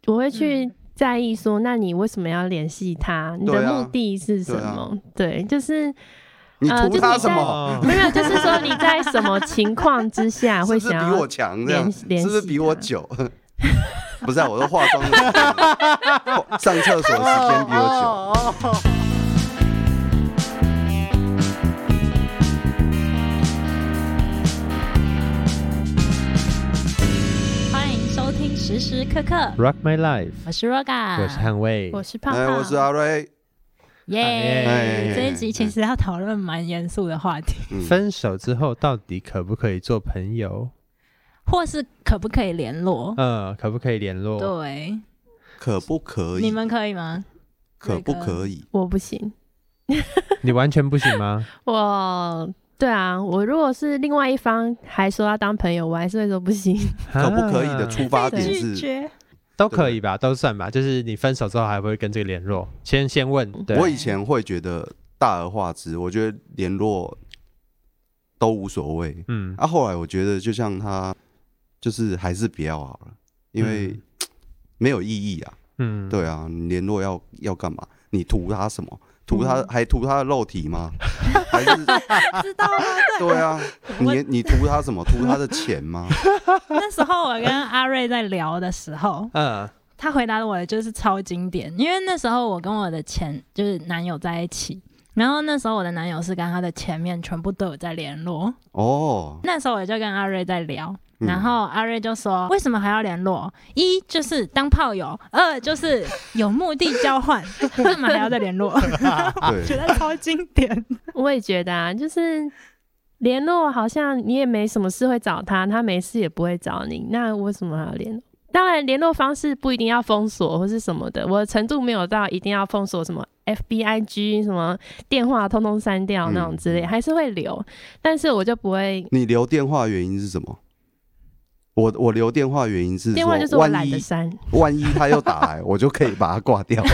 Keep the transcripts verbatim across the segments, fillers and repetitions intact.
我会去在意说，嗯、那你为什么要联系他？你的目的是什么？对,、啊对，就是你图他什么？ 呃、没有，就是说你在什么情况之下会想要是不是比我强？这样是不是比我久？不是、啊，我都化妆的上厕所的时间比我久。 欢迎收听时时刻刻 Rock My Life， 我是 Roga， 我是汉卫， 我是胖胖、 哎，我是阿瑞。 耶、yeah ！这一集其实要讨论蛮严肃的话题、 嗯， 分手之后到底可不可以做朋友？ 或是可不可以联络？ 嗯，可不可以联络？ 对， 可不可以？ 你们可以吗？ 可不可以？ 我不行。 你完全不行吗？ 我对啊，我如果是另外一方还说要当朋友，我还是会说不行。 可不可以的出发点是？ 拒绝都可以吧，都算吧。就是你分手之后还会跟这个联络，先先问。对， 我以前会觉得大而化之，我觉得联络都无所谓。嗯，啊，后来我觉得就像他。就是还是不要好了，因为没有意义啊。嗯，对啊，你联络要要干嘛？你图他什么？图他、嗯、还图他的肉体吗？还是知道吗？ 对啊，你你图他什么？图他的钱吗？ 那时候我跟阿瑞在聊的时候，嗯，他回答我的就是超经典，因为那时候我跟我的前就是男友在一起。然后那时候我的男友是跟他的前面全部都有在联络哦。那时候我就跟阿瑞在聊，然后阿瑞就说：“为什么还要联络？一就是当炮友，二就是有目的交换，干嘛还要再联络？”觉得超经典。 我也觉得啊，就是联络好像你也没什么事会找他，他没事也不会找你，那为什么还要联络？当然联络方式不一定要封锁或是什么的，我的程度没有到一定要封锁什么 F B I G 什么电话通通删掉那种之类、嗯、还是会留，但是我就不会。 你留电话原因是什么？我我留电话原因是说电话就是我懒得删， 万一他又打来我就可以把他挂掉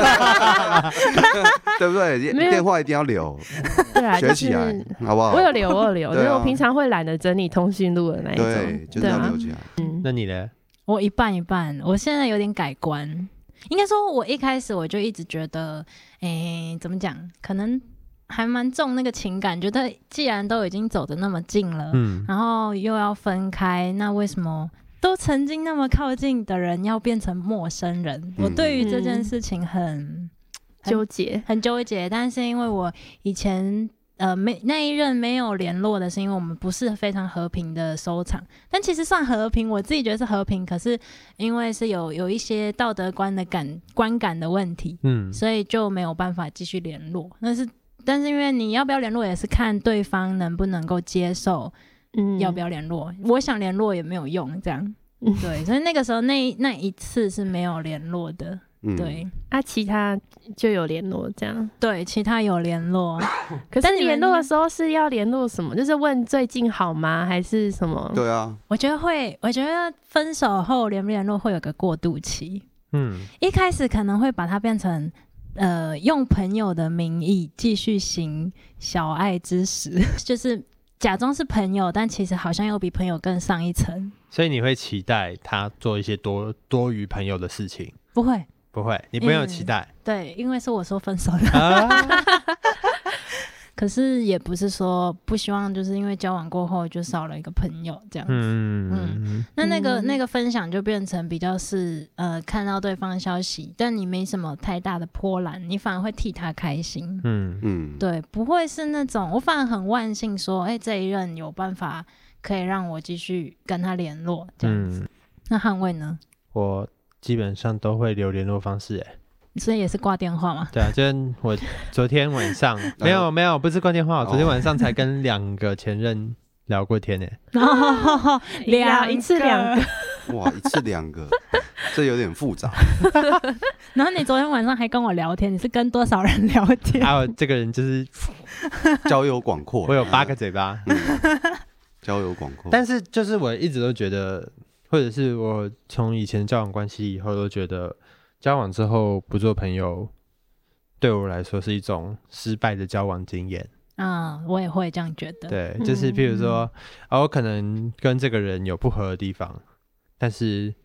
对不对？电话一定要留， 对啊， 学起来、就是、好不好？ 我有留我有留、啊、因为我平常会懒得整理通讯录的那一种， 对，就是要留起来、啊嗯、那你呢？ 我一半一半，我现在有点改观。应该说我一开始我就一直觉得诶怎么讲，可能还蛮重那个情感，觉得既然都已经走得那么近了、嗯、然后又要分开，那为什么都曾经那么靠近的人要变成陌生人、嗯、我对于这件事情很纠结， 很纠结。但是因为我以前呃，没那一任没有联络的是因为我们不是非常和平的收场，但其实算和平，我自己觉得是和平，可是因为是有有一些道德观的感观感的问题，嗯，所以就没有办法继续联络。但是但是因为你要不要联络也是看对方能不能够接受，嗯，要不要联络，我想联络也没有用，这样，嗯、对，所以那个时候那那一次是没有联络的。嗯、对啊，其他就有联络这样。 对，其他有联络。 可是联络的时候是要联络什么？就是问最近好吗？还是什么？ 对啊， 我觉得会，我觉得分手后联不联络会有个过渡期。嗯，一开始可能会把它变成呃，用朋友的名义继续行小爱之实，就是假装是朋友，但其实好像又比朋友更上一层。 所以你会期待他做一些多多于朋友的事情？ 不会。 不会，你没有期待、嗯、 对，因为是我说分手的、啊、可是也不是说不希望就是因为交往过后就少了一个朋友这样子。嗯嗯，那那个、嗯、那个分享就变成比较是呃看到对方的消息，但你没什么太大的波澜，你反而会替他开心。嗯嗯，对，不会是那种我反而很万幸说哎、欸、这一任有办法可以让我继续跟他联络这样子、嗯、那汉卫呢？ 我基本上都会留联络方式，哎， 所以也是挂电话吗？ 对啊，就是我昨天晚上没有没有，不是挂电话，我昨天晚上才跟两个前任聊过天，哎， 哦，两一次两个， 哇，一次两个，这有点复杂。 然后你昨天晚上还跟我聊天，你是跟多少人聊天？ 还有这个人就是交友广阔， 我有八个嘴巴，嗯、 交友广阔。 但是就是我一直都觉得。或者是我从以前交往关系以后都觉得交往之后不做朋友对我来说是一种失败的交往经验。 嗯，我也会这样觉得。 对，就是譬如说、嗯啊、我可能跟这个人有不合的地方，但是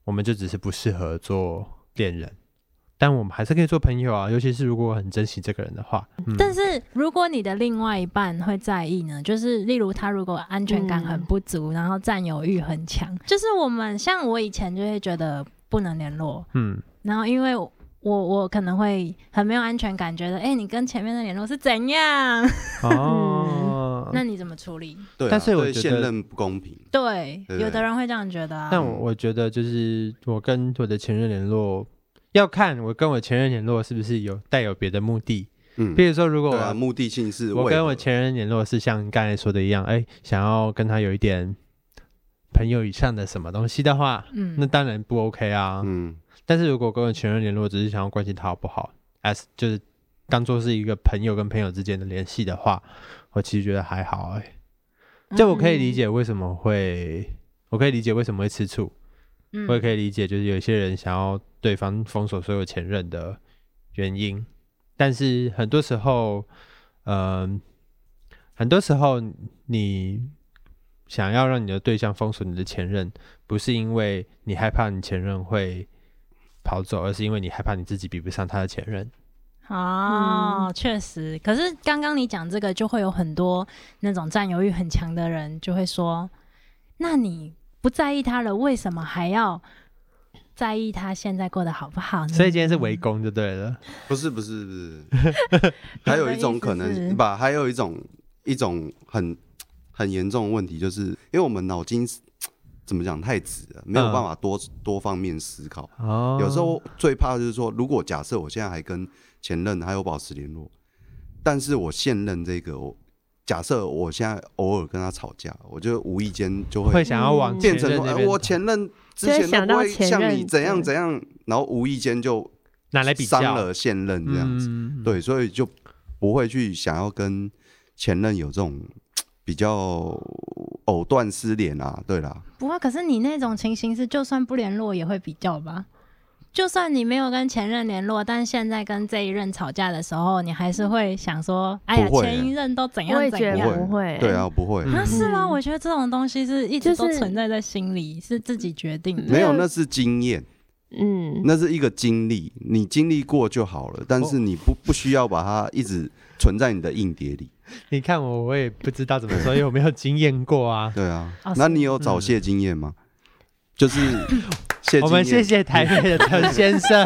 我们就只是不适合做恋人，但我们还是可以做朋友啊，尤其是如果我很珍惜这个人的话。嗯、 但是如果你的另外一半会在意呢，就是例如他如果安全感很不足，嗯、然后占有欲很强，就是我们像我以前就会觉得不能联络，嗯，然后因为我我可能会很没有安全感，觉得哎、欸，你跟前面的联络是怎样？哦，那你怎么处理？ 对、啊， 但是我觉得对现任不公平。 对， 对有的人会这样觉得啊。 但我我觉得就是我跟我的前任联络，要看我跟我前任联络是不是有带有别的目的。嗯，比如说如果我、 对啊、目的性是我跟我前任联络是像刚才说的一样，哎，想要跟他有一点朋友以上的什么东西的话，嗯，那当然不 OK 啊。嗯。但是如果跟我前任联络只是想要关心他好不好 ，as 就是当做是一个朋友跟朋友之间的联系的话，我其实觉得还好哎、欸。就我可以理解为什么会，嗯、我可以理解为什么会吃醋，嗯、我也可以理解就是有一些人想要对方封锁所有前任的原因。但是很多时候，嗯、呃，很多时候你想要让你的对象封锁你的前任，不是因为你害怕你前任会跑走，而是因为你害怕你自己比不上他的前任。 哦，确、嗯、实。可是刚刚你讲这个，就会有很多那种占有欲很强的人就会说，那你不在意他了，为什么还要在意他现在过得好不好呢？ 所以今天是围攻就对了。 不是不是不是，还有一种可能吧，还有一种一种很很严重的问题，就是因为我们脑筋怎么讲太直了，没有办法多、嗯、多方面思考。哦，有时候最怕的就是说，如果假设我现在还跟前任还有保持联络，但是我现任这个，我假设我现在偶尔跟他吵架，我就无意间就会会想要往变成说，哎、欸，我前任之前都不会像你怎样怎样，然后无意间就拿来比较伤了现任这样子。嗯、对，所以就不会去想要跟前任有这种比较藕断丝连啊。对啦， 不会，可是你那种情形是，就算不联络也会比较吧？就算你没有跟前任联络，但现在跟这一任吵架的时候，你还是会想说，哎呀，前一任都怎样怎样？ 不会， 对啊，不会。 啊，是吗？我觉得这种东西是一直都存在在心里，就是、是自己决定的。 没有，那是经验。嗯，那是一个经历，你经历过就好了，但是你不不需要把它一直存在你的硬碟里。 你看我，我也不知道怎么说，因为我没有经验过啊。 对啊，那你有早泄经验吗？嗯、就是谢我们谢谢台北的陈先生。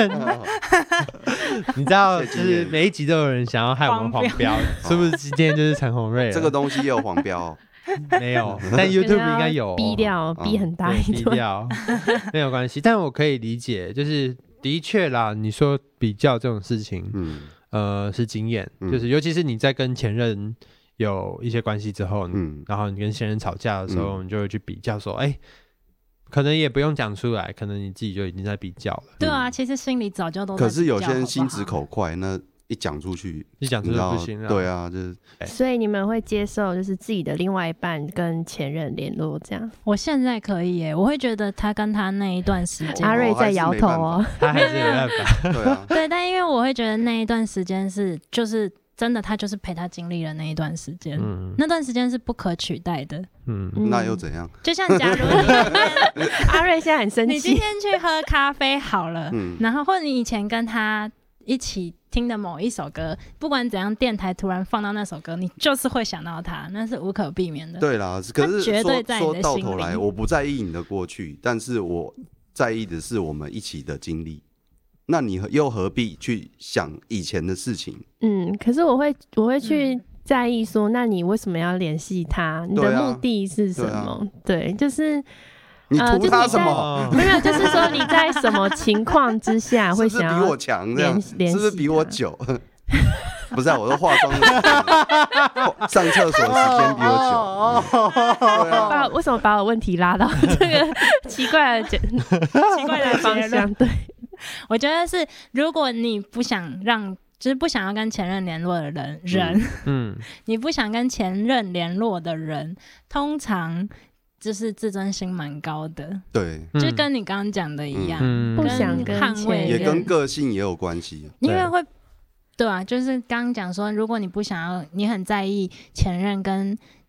你知道，就是每一集都有人想要害我们黄标，是不是？今天就是陈鸿瑞， 这个东西也有黄标、哦。 没有，但 YouTube 应该有、哦、 逼掉，逼很大一段，逼掉没有关系。但我可以理解，就是的确啦，你说比较这种事情，嗯，呃，是经验，嗯、就是尤其是你在跟前任有一些关系之后，嗯，然后你跟前任吵架的时候，嗯、你就会去比较说，哎、欸，可能也不用讲出来，可能你自己就已经在比较了。 对啊，其实心里早就都在比较。 可是有些人心直口快，那。一讲出去， 一讲出去不行啊！ 对啊，就是。 所以你们会接受，就是自己的另外一半跟前任联络这样？ 我现在可以耶，我会觉得他跟他那一段时间， 阿瑞在摇头哦， 他还是没办法。 对啊， 对，但因为我会觉得那一段时间是，就是真的，他就是陪他经历了那一段时间，嗯、那段时间是不可取代的。 嗯，那又怎样？ 就像假如你阿瑞现在很生气， 你今天去喝咖啡好了，嗯、然后或者你以前跟他一起听的某一首歌，不管怎样，电台突然放到那首歌，你就是会想到他，那是无可避免的。 对啦，可是绝对在你的心里。 说到头来，我不在意你的过去，但是我在意的是我们一起的经历。那你又何必去想以前的事情？ 嗯，可是我会，我会去在意说，嗯、那你为什么要联系他？你的目的是什么？对, 对，就是。 你图他什么？ 没有，就是说你在什么情况之下会想要是不是比我强？这样是不是比我久？不是啊，我都化妆的上厕所的时间比我久。 对啊，把为什么把我问题拉到这个奇怪的奇怪的方向？对， 我觉得是，如果你不想让。就是不想要跟前任联络的人，人，嗯，你不想跟前任联络的人，通常。就是自尊心蛮高的， 对， 就跟你刚刚讲的一样， 嗯、不想跟捍卫， 也跟个性也有关系， 因为会，对啊，就是刚刚讲说，如果你不想要，你很在意前任跟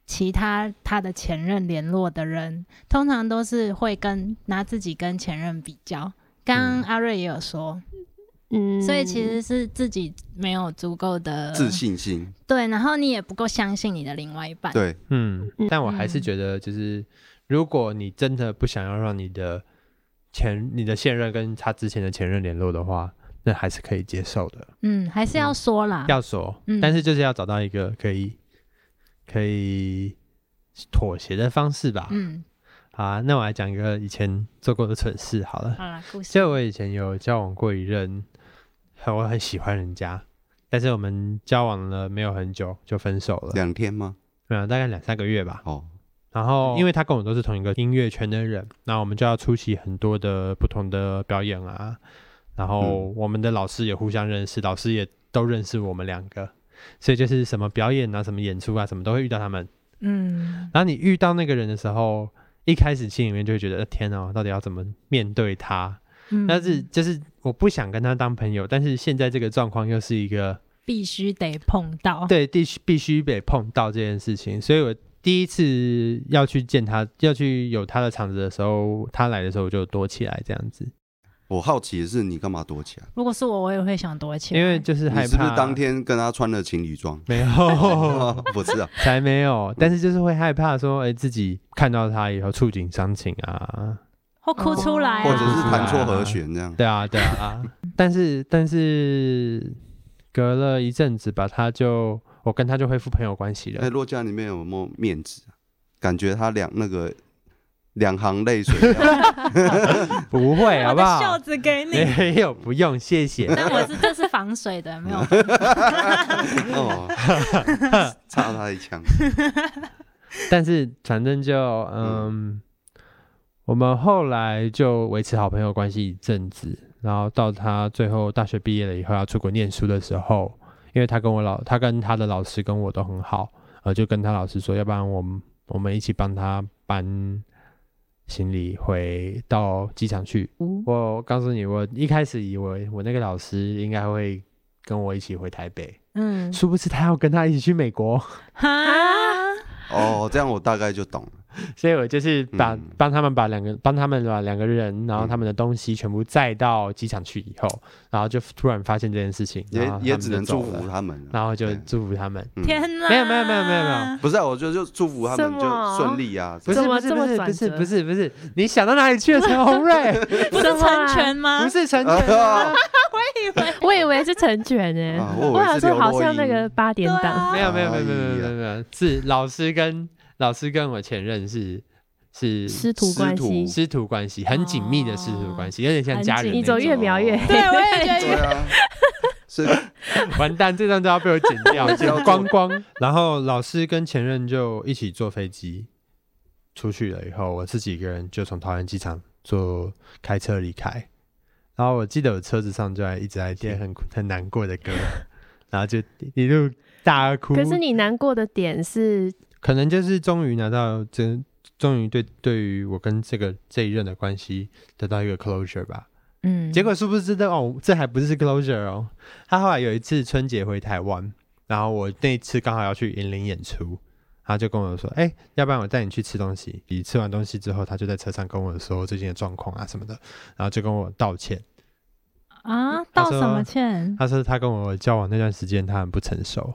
其他他的前任联络的人，通常都是会跟拿自己跟前任比较。刚刚阿瑞也有说，嗯，所以其实是自己没有足够的自信心， 对，然后你也不够相信你的另外一半， 对， 嗯，但我还是觉得，就是如果你真的不想要让你的前、你的现任跟他之前的前任联络的话，那还是可以接受的。 嗯，还是要说啦， 嗯、要说、嗯，但是就是要找到一个可以可以妥协的方式吧。嗯。好啊，那我来讲一个以前做过的蠢事好了。 好啦，故事。 就我以前有交往过一任，我很喜欢人家，但是我们交往了没有很久就分手了。 两天吗？ 没有，大概两三个月吧。 哦。 然后因为他跟我都是同一个音乐圈的人，那我们就要出席很多的不同的表演啊。然后我们的老师也互相认识，老师也都认识我们两个，所以就是什么表演啊、什么演出啊、什么都会遇到他们。嗯。然后你遇到那个人的时候，一开始心里面就会觉得天啊，到底要怎么面对他、嗯、但是就是我不想跟他当朋友，但是现在这个状况又是一个必须得碰到， 对，必须必须得碰到这件事情，所以我第一次要去见他，要去有他的场子的时候，他来的时候我就躲起来这样子。 我好奇的是你干嘛躲起来？ 如果是我我也会想躲起来， 因为就是害怕。 你是不是当天跟他穿了情侣装？ 没有不是啊， 才没有，但是就是会害怕说、欸、自己看到他以后触景伤情啊， 或哭出来、啊、 或者是弹错和弦这样。 对啊对啊但是但是隔了一阵子吧，他就我跟他就恢复朋友关系了。 哎、欸，洛家里面有没有面子？感觉他两那个两行泪水不会好不好？ 我的袖子给你。 没有，不用，谢谢。 但我是这是防水的，没有。 哦，插他一枪。 但是反正就嗯, 嗯，我们后来就维持好朋友关系一阵子，然后到他最后大学毕业了以后要出国念书的时候，因为他跟我老他跟他的老师跟我都很好，呃，就跟他老师说，要不然我们我们一起帮他搬行李回到机场去、嗯、我告诉你，我一开始以为我那个老师应该会跟我一起回台北，嗯，殊不知他要跟他一起去美国。哈， 哦，这样我大概就懂了。 所以我就是把帮、嗯、他们把两个帮他们把两个人，然后他们的东西全部载到机场去以后，然后就突然发现这件事情， 也也只能祝福他们， 然后就祝福他们。 天哪！ 没有没有没有没有没有， 不是、啊，我就就祝福他们就顺利啊。 不是不是不是不是不是不是，你想到哪里去了，陈鸿瑞？ 不是成全吗？ 不是成全、啊。 我以为我以为是成全呢、欸啊，我想说好像那个八点档、 啊。 没有没有没有没有没有没有，是老师跟。老师跟我前任是是师徒关系， 师徒关系很紧密的师徒关系，有点像家人。 你走越描越黑， 对，我也觉得越。 啊、是完蛋，这张就要被我剪掉，剪光光。然后老师跟前任就一起坐飞机出去了以后，我自己一个人就从桃园机场坐开车离开。然后我记得我车子上就还一直在听很很难过的歌，然后就一路大哭。 可是你难过的点是？ 可能就是终于拿到这，终于对对于我跟这个这一任的关系得到一个 closure 吧。嗯，结果殊不知的哦，这还不是 closure 哦。他后来有一次春节回台湾，然后我那一次刚好要去银林演出，他就跟我说：“哎、欸，要不然我带你去吃东西。”你吃完东西之后，他就在车上跟我说最近的状况啊什么的，然后就跟我道歉。 啊，道什么歉？ 他说他跟我交往那段时间他很不成熟。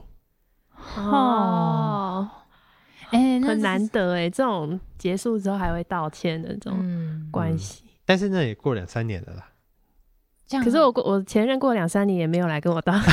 哦。欸、很难得哎、欸，这种结束之后还会道歉的这种关系、嗯嗯， 但是那也过两三年了啦。 可是我我前任过两三年也没有来跟我道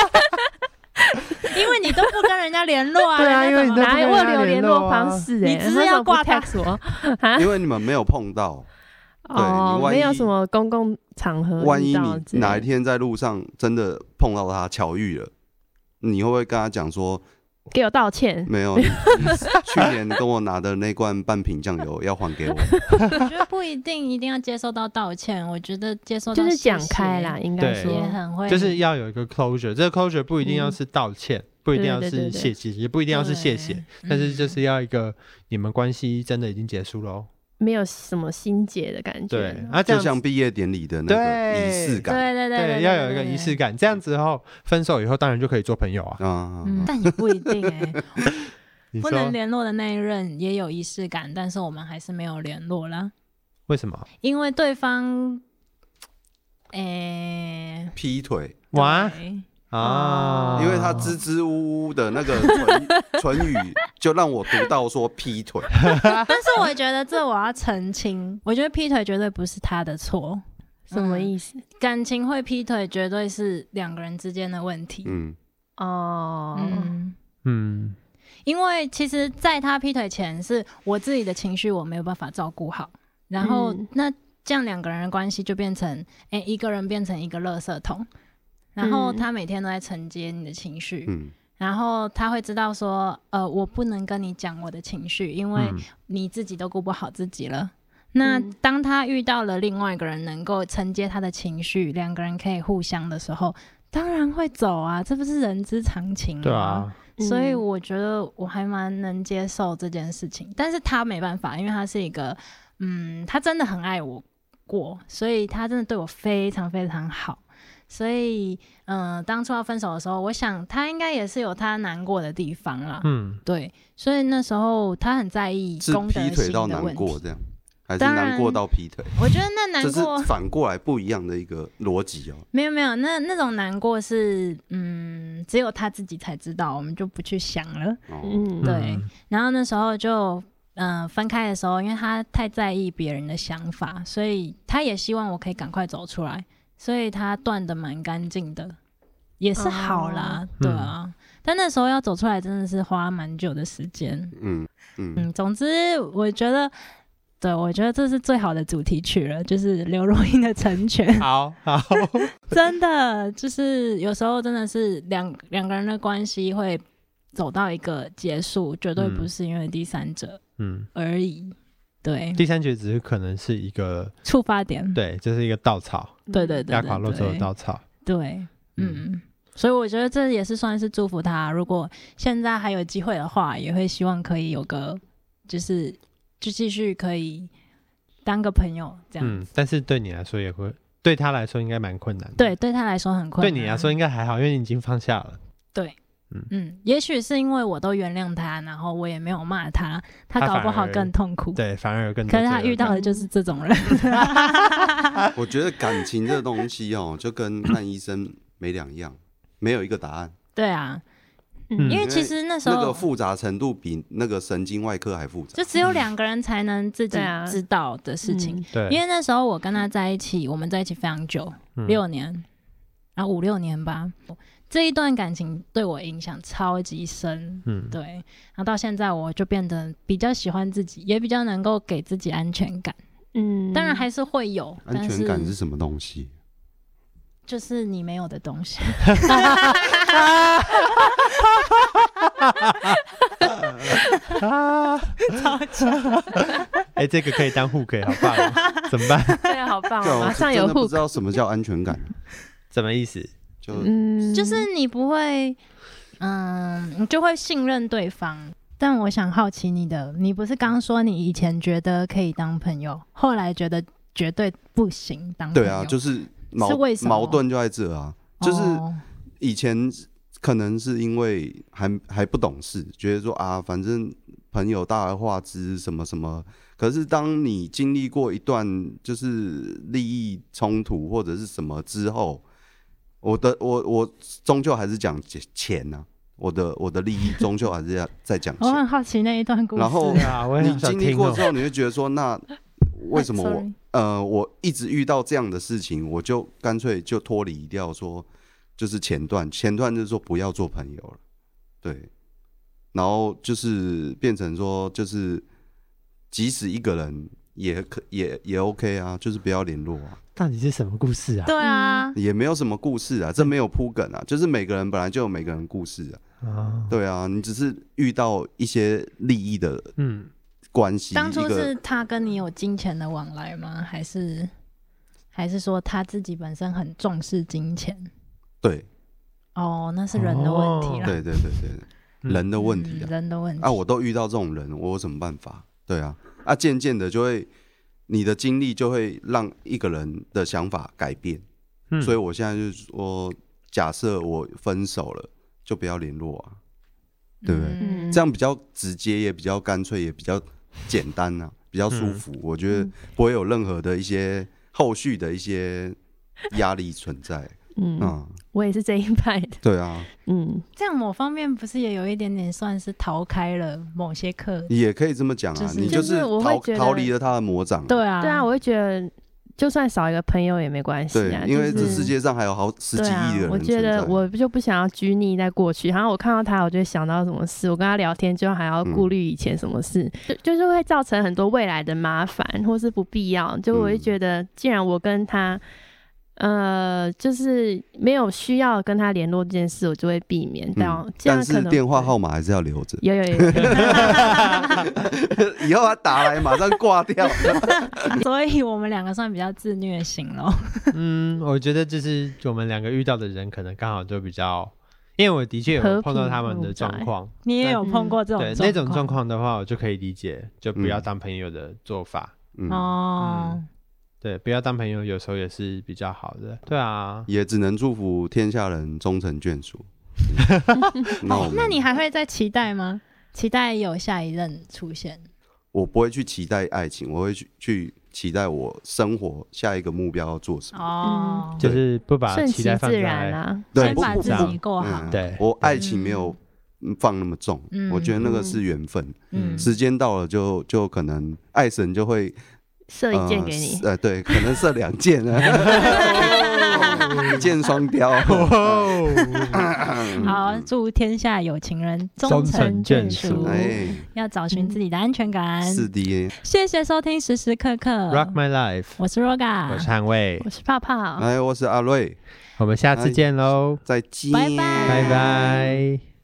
因为你都不跟人家联络啊。 对啊，因为你都不跟人家联络、啊、 哪有留联络方式哎、欸？ 你只是要挂 text 我因为你们没有碰到。 哦，没有什么公共场合， 万一你哪一天在路上真的碰到他巧遇了，你会不会跟他讲说？ 给我道歉。 没有，你去年跟我拿的那罐半瓶酱油要还给我。 我觉得不一定一定要接受到道歉，我觉得接受到就是讲开啦，应该说也很会， 就是要有一个 closure。这个 closure 不一定要是道歉，嗯、不一定要是谢谢，也不一定要是谢谢，但是就是要一个你们关系真的已经结束了。 没有什么心结的感觉， 对， 啊，就像毕业典礼的那个仪式感， 对对 对, 对, 对, 对，要有一个仪式感，这样子后分手以后当然就可以做朋友啊， 嗯，但也不一定哎、欸。 不能联络的那一任也有仪式感，但是我们还是没有联络啦。 为什么？ 因为对方，诶、欸， 劈腿哇啊！ 因为他支支吾吾的那个唇唇语，就让我读到说劈腿。 但是我觉得这我要澄清，我觉得劈腿绝对不是他的错。 什么意思？ 嗯、感情会劈腿，绝对是两个人之间的问题。 嗯， 哦， 嗯嗯， 因为其实在他劈腿前，是我自己的情绪我没有办法照顾好，然后、嗯、那这样两个人的关系就变成，哎、欸，一个人变成一个垃圾桶，然后他每天都在承接你的情绪，嗯，然后他会知道说，呃，我不能跟你讲我的情绪，因为你自己都顾不好自己了。那当他遇到了另外一个人能够承接他的情绪，两个人可以互相的时候，当然会走啊，这不是人之常情吗？ 对啊， 所以我觉得我还蛮能接受这件事情，但是他没办法，因为他是一个，嗯，他真的很爱我过，所以他真的对我非常非常好，所以，嗯、呃，当初要分手的时候，我想他应该也是有他难过的地方啦，嗯，对，所以那时候他很在意公德心的问题。是劈腿到难过这样？还是难过到劈腿？ 我觉得那难过这是反过来不一样的一个逻辑哦。 没有没有，那那种难过是嗯，只有他自己才知道，我们就不去想了。嗯，对。然后那时候就嗯、呃、分开的时候，因为他太在意别人的想法，所以他也希望我可以赶快走出来，所以他断得蛮干净的，也是好啦，哦、对啊。嗯，但那时候要走出来真的是花蛮久的时间。嗯嗯嗯，总之我觉得。对，我觉得这是最好的主题曲了，就是刘若英的《成全》。 好好， 真的就是有时候真的是两两个人的关系会走到一个结束，绝对不是因为第三者嗯而已。嗯、对， 第三者只是可能是一个触发点， 对，就是一个稻草， 对对对， 压垮骆驼的稻草。 对，嗯。嗯，所以我觉得这也是算是祝福他，如果现在还有机会的话，也会希望可以有个就是就继续可以当个朋友这样。嗯， 但是对你来说也会，对他来说应该蛮困难的。 对，对他来说很困难。 对你来说应该还好，因为你已经放下了。 对，嗯嗯，也许是因为我都原谅他，然后我也没有骂他，他搞不好更痛苦。 对，反而有更多。 可是他遇到的就是这种人。 我觉得感情这东西哦，就跟看医生没两样，没有一个答案。 对啊。嗯，因为其实那时候那个复杂程度比那个神经外科还复杂， 就只有两个人才能自己知道的事情。嗯、对，因为那时候我跟他在一起，我们在一起非常久，嗯、六年，然后五六年吧。这一段感情对我影响超级深，嗯，对。然后到现在，我就变得比较喜欢自己，也比较能够给自己安全感。嗯，当然还是会有安全感是什么东西？ 就是你没有的东西。超强！ 哎、欸，这个可以当 hook， 好棒、喔！怎么办？ 对啊，好棒、喔！马上有 hook。 不知道什么叫安全感， 什么意思？ 就、 嗯、就是你不会，嗯，你就会信任对方。但我想好奇你的，你不是刚说你以前觉得可以当朋友，后来觉得绝对不行当朋友？ 对啊，就是矛是为什么矛盾就在这啊，就是以前。可能是因为还还不懂事，觉得说啊，反正朋友大而化之什么什么。可是当你经历过一段就是利益冲突或者是什么之后，我的我我终究还是讲钱呐、啊，我的我的利益终究还是要再讲钱。 我很好奇那一段故事。 然后你经历过之后，你会觉得说，那为什么我、 哎、 呃我一直遇到这样的事情，我就干脆就脱离掉说。就是前段，前段就是说不要做朋友了，对，然后就是变成说，就是即使一个人也可也也 OK 啊，就是不要联络啊。 到底是什么故事啊？ 对啊， 也没有什么故事啊，这没有铺梗啊，就是每个人本来就有每个人故事啊。哦、对啊，你只是遇到一些利益的嗯关系。 当初是他跟你有金钱的往来吗？还是还是说他自己本身很重视金钱？ 对， 哦，那是人的问题啦。 对对对对，人的问题啊， 嗯、人的问题啊，我都遇到这种人，我有什么办法？对啊，啊，渐渐的就会，你的经历就会让一个人的想法改变。嗯、所以我现在就是说，假设我分手了，就不要联络啊。 对不对？ 嗯这样比较直接，也比较干脆，也比较简单啊，比较舒服。嗯、我觉得不会有任何的一些后续的一些压力存在。 嗯, 嗯，我也是这一派的。 对啊， 嗯，这样某方面不是也有一点点算是逃开了某些课？ 也可以这么讲啊，就是、你就是逃逃离了他的魔掌、啊。 对啊， 对啊，我会觉得。就算少一个朋友也没关系啊， 对，因为这世界上还有好十几亿的人、啊。 我觉得我就不想要拘泥在过去，然后我看到他，我就会想到什么事，我跟他聊天就还要顾虑以前什么事，嗯、就就是会造成很多未来的麻烦或是不必要。就我会觉得，既然我跟他。呃，就是没有需要跟他联络这件事，我就会避免到、嗯。 但是电话号码还是要留着。 有有有。 以后他打来马上挂掉。 所以我们两个算比较自虐型咯。 嗯，我觉得就是我们两个遇到的人，可能刚好就比较，因为我的确有碰到他们的状况。 你也有碰过这种状况？ 对，那种状况的话，我就可以理解，就不要当朋友的做法。 嗯、哦。 嗯对，不要当朋友，有时候也是比较好的。对啊， 也只能祝福天下人终成眷属。 那, 哦、那你还会再期待吗？期待有下一任出现？ 我不会去期待爱情，我会去去期待我生活下一个目标要做什么。 哦， 就是不把期待放在， 顺其自然啊， 对， 先把自己过好。 嗯、 对， 我爱情没有放那么重，嗯、我觉得那个是缘分。嗯，时间到了就就可能爱神就会。 射一箭给你， 呃，呃对，可能射两箭啊，一箭双雕。 好，祝天下有情人终成眷属， 哎， 要找寻自己的安全感。 是的， 谢谢收听时时刻刻 Rock My Life， 我是 Roga， 我是汉卫， 我是泡泡， 哎，我是阿瑞， 我们下次见喽， 再见， 拜拜， 拜拜。